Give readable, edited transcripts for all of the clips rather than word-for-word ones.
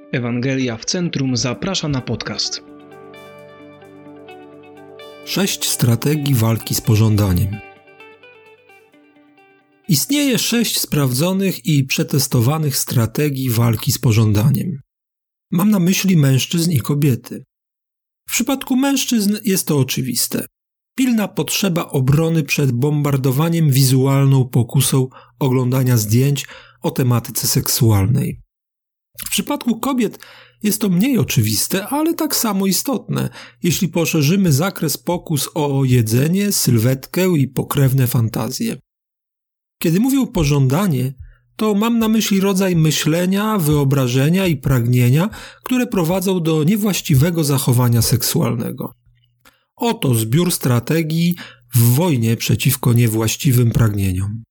Ewangelia w Centrum zaprasza na podcast. 6 strategii walki z pożądaniem. Istnieje 6 sprawdzonych i przetestowanych strategii walki z pożądaniem. Mam na myśli mężczyzn i kobiety. W przypadku mężczyzn jest to oczywiste. Pilna potrzeba obrony przed bombardowaniem wizualną pokusą oglądania zdjęć o tematyce seksualnej. W przypadku kobiet jest to mniej oczywiste, ale tak samo istotne, jeśli poszerzymy zakres pokus o jedzenie, sylwetkę i pokrewne fantazje. Kiedy mówię pożądanie, to mam na myśli rodzaj myślenia, wyobrażenia i pragnienia, które prowadzą do niewłaściwego zachowania seksualnego. Oto zbiór strategii w wojnie przeciwko niewłaściwym pragnieniom.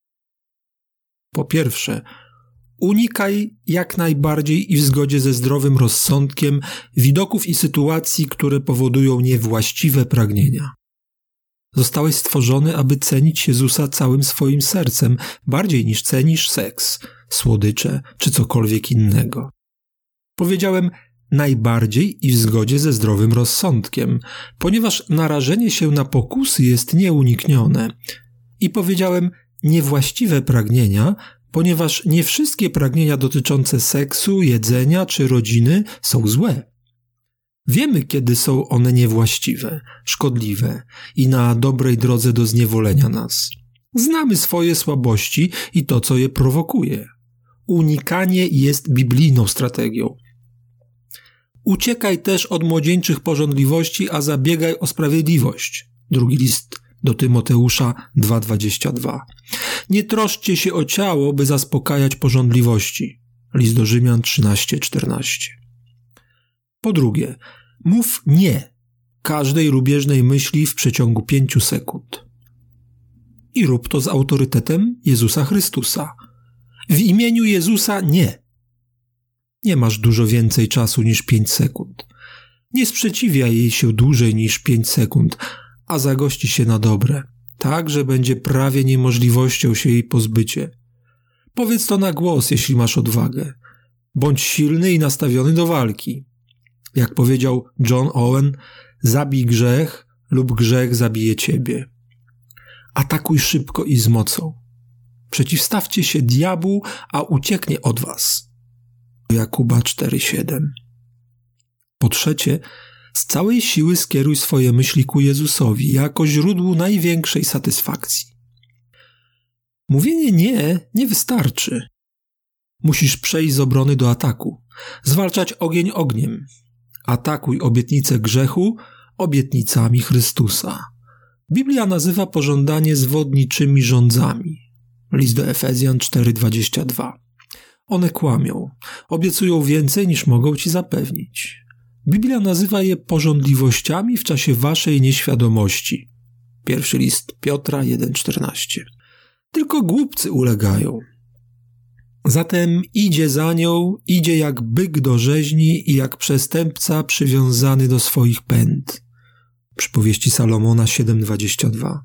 Po pierwsze, unikaj jak najbardziej i w zgodzie ze zdrowym rozsądkiem widoków i sytuacji, które powodują niewłaściwe pragnienia. Zostałeś stworzony, aby cenić Jezusa całym swoim sercem, bardziej niż cenisz seks, słodycze czy cokolwiek innego. Powiedziałem najbardziej i w zgodzie ze zdrowym rozsądkiem, ponieważ narażenie się na pokusy jest nieuniknione. I powiedziałem niewłaściwe pragnienia, ponieważ nie wszystkie pragnienia dotyczące seksu, jedzenia czy rodziny są złe. Wiemy, kiedy są one niewłaściwe, szkodliwe i na dobrej drodze do zniewolenia nas. Znamy swoje słabości i to, co je prowokuje. Unikanie jest biblijną strategią. Uciekaj też od młodzieńczych pożądliwości, a zabiegaj o sprawiedliwość. Drugi list do Tymoteusza 2:22. Nie troszczcie się o ciało, by zaspokajać pożądliwości. List do Rzymian 13:14. Po drugie, mów nie każdej lubieżnej myśli w przeciągu 5 sekund. I rób to z autorytetem Jezusa Chrystusa. W imieniu Jezusa nie. Nie masz dużo więcej czasu niż 5 sekund. Nie sprzeciwiaj jej się dłużej niż 5 sekund, a zagości się na dobre, tak, że będzie prawie niemożliwością się jej pozbycie. Powiedz to na głos, jeśli masz odwagę. Bądź silny i nastawiony do walki. Jak powiedział John Owen, zabij grzech lub grzech zabije ciebie. Atakuj szybko i z mocą. Przeciwstawcie się diabłu, a ucieknie od was. Jakuba 4:7. Po trzecie, z całej siły skieruj swoje myśli ku Jezusowi jako źródłu największej satysfakcji. Mówienie nie wystarczy. Musisz przejść z obrony do ataku, zwalczać ogień ogniem. Atakuj obietnice grzechu obietnicami Chrystusa. Biblia nazywa pożądanie zwodniczymi żądzami. List do Efezjan 4:22. One kłamią, obiecują więcej niż mogą ci zapewnić. Biblia nazywa je pożądliwościami w czasie waszej nieświadomości. Pierwszy list Piotra 1:14. Tylko głupcy ulegają. Zatem idzie za nią, idzie jak byk do rzeźni i jak przestępca przywiązany do swoich pęd. Przypowieści Salomona 7:22.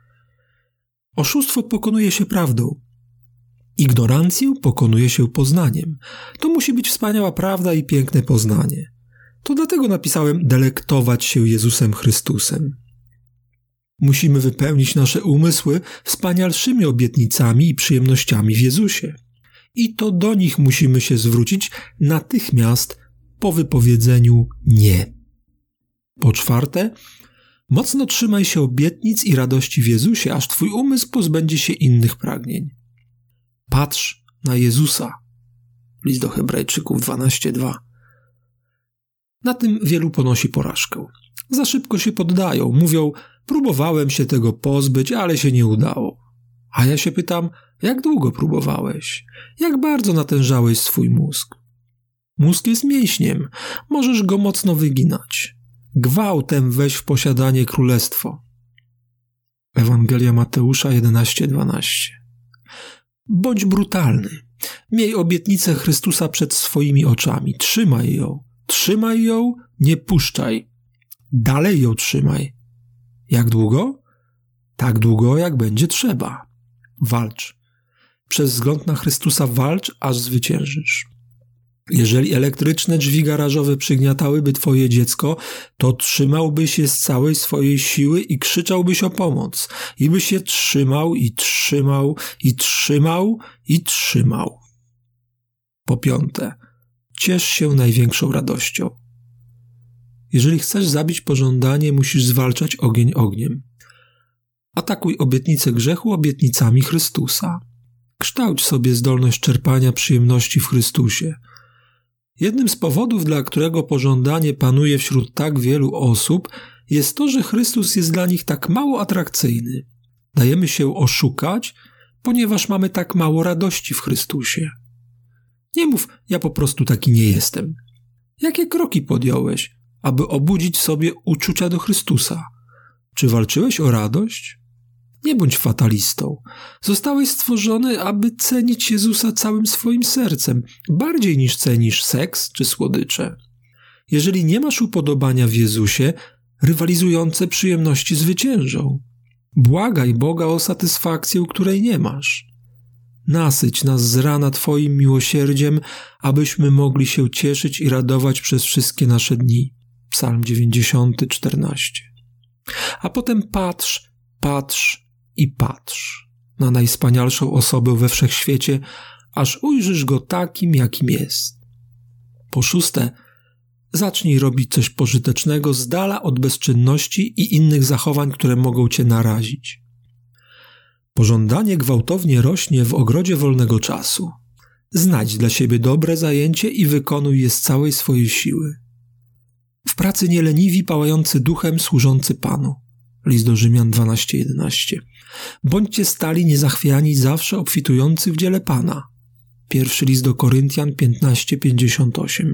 Oszustwo pokonuje się prawdą. Ignorancję pokonuje się poznaniem. To musi być wspaniała prawda i piękne poznanie. To dlatego napisałem delektować się Jezusem Chrystusem. Musimy wypełnić nasze umysły wspanialszymi obietnicami i przyjemnościami w Jezusie. I to do nich musimy się zwrócić natychmiast po wypowiedzeniu nie. Po czwarte, mocno trzymaj się obietnic i radości w Jezusie, aż twój umysł pozbędzie się innych pragnień. Patrz na Jezusa. List do Hebrajczyków 12:2. Na tym wielu ponosi porażkę. Za szybko się poddają, mówią, próbowałem się tego pozbyć, ale się nie udało. A ja się pytam, jak długo próbowałeś? Jak bardzo natężałeś swój mózg? Mózg jest mięśniem, możesz go mocno wyginać. Gwałtem weź w posiadanie królestwo. Ewangelia Mateusza 11:12. Bądź brutalny. Miej obietnicę Chrystusa przed swoimi oczami. Trzymaj ją, nie puszczaj. Dalej ją trzymaj. Jak długo? Tak długo, jak będzie trzeba. Walcz. Przez wzgląd na Chrystusa walcz, aż zwyciężysz. Jeżeli elektryczne drzwi garażowe przygniatałyby twoje dziecko, to trzymałbyś je z całej swojej siły i krzyczałbyś o pomoc. I byś je trzymał, i trzymał, i trzymał, i trzymał. Po piąte, ciesz się największą radością. Jeżeli chcesz zabić pożądanie, musisz zwalczać ogień ogniem. Atakuj obietnice grzechu obietnicami Chrystusa. Kształć sobie zdolność czerpania przyjemności w Chrystusie. Jednym z powodów, dla którego pożądanie panuje wśród tak wielu osób, jest to, że Chrystus jest dla nich tak mało atrakcyjny. Dajemy się oszukać, ponieważ mamy tak mało radości w Chrystusie. Nie mów, ja po prostu taki nie jestem. Jakie kroki podjąłeś, aby obudzić sobie uczucia do Chrystusa? Czy walczyłeś o radość? Nie bądź fatalistą. Zostałeś stworzony, aby cenić Jezusa całym swoim sercem, bardziej niż cenisz seks czy słodycze. Jeżeli nie masz upodobania w Jezusie, rywalizujące przyjemności zwyciężą. Błagaj Boga o satysfakcję, której nie masz. Nasyć nas z rana Twoim miłosierdziem, abyśmy mogli się cieszyć i radować przez wszystkie nasze dni. Psalm 90, 14. A potem patrz i patrz na najwspanialszą osobę we wszechświecie, aż ujrzysz go takim, jakim jest. Po szóste, zacznij robić coś pożytecznego z dala od bezczynności i innych zachowań, które mogą cię narazić. Pożądanie gwałtownie rośnie w ogrodzie wolnego czasu. Znajdź dla siebie dobre zajęcie i wykonuj je z całej swojej siły. W pracy nie leniwi, pałający duchem, służący Panu. List do Rzymian 12:11. Bądźcie stali, niezachwiani, zawsze obfitujący w dziele Pana. Pierwszy list do Koryntian 15:58.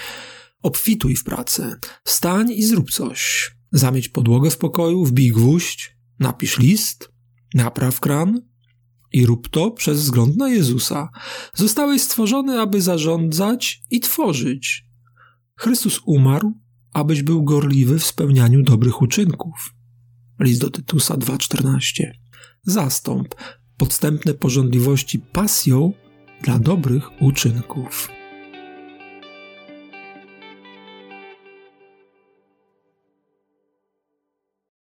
Obfituj w pracę. Wstań i zrób coś. Zamieć podłogę w pokoju, wbij gwóźdź, napisz list, napraw kran i rób to przez wzgląd na Jezusa. Zostałeś stworzony, aby zarządzać i tworzyć. Chrystus umarł, abyś był gorliwy w spełnianiu dobrych uczynków. List do Tytusa 2:14. Zastąp podstępne pożądliwości pasją dla dobrych uczynków.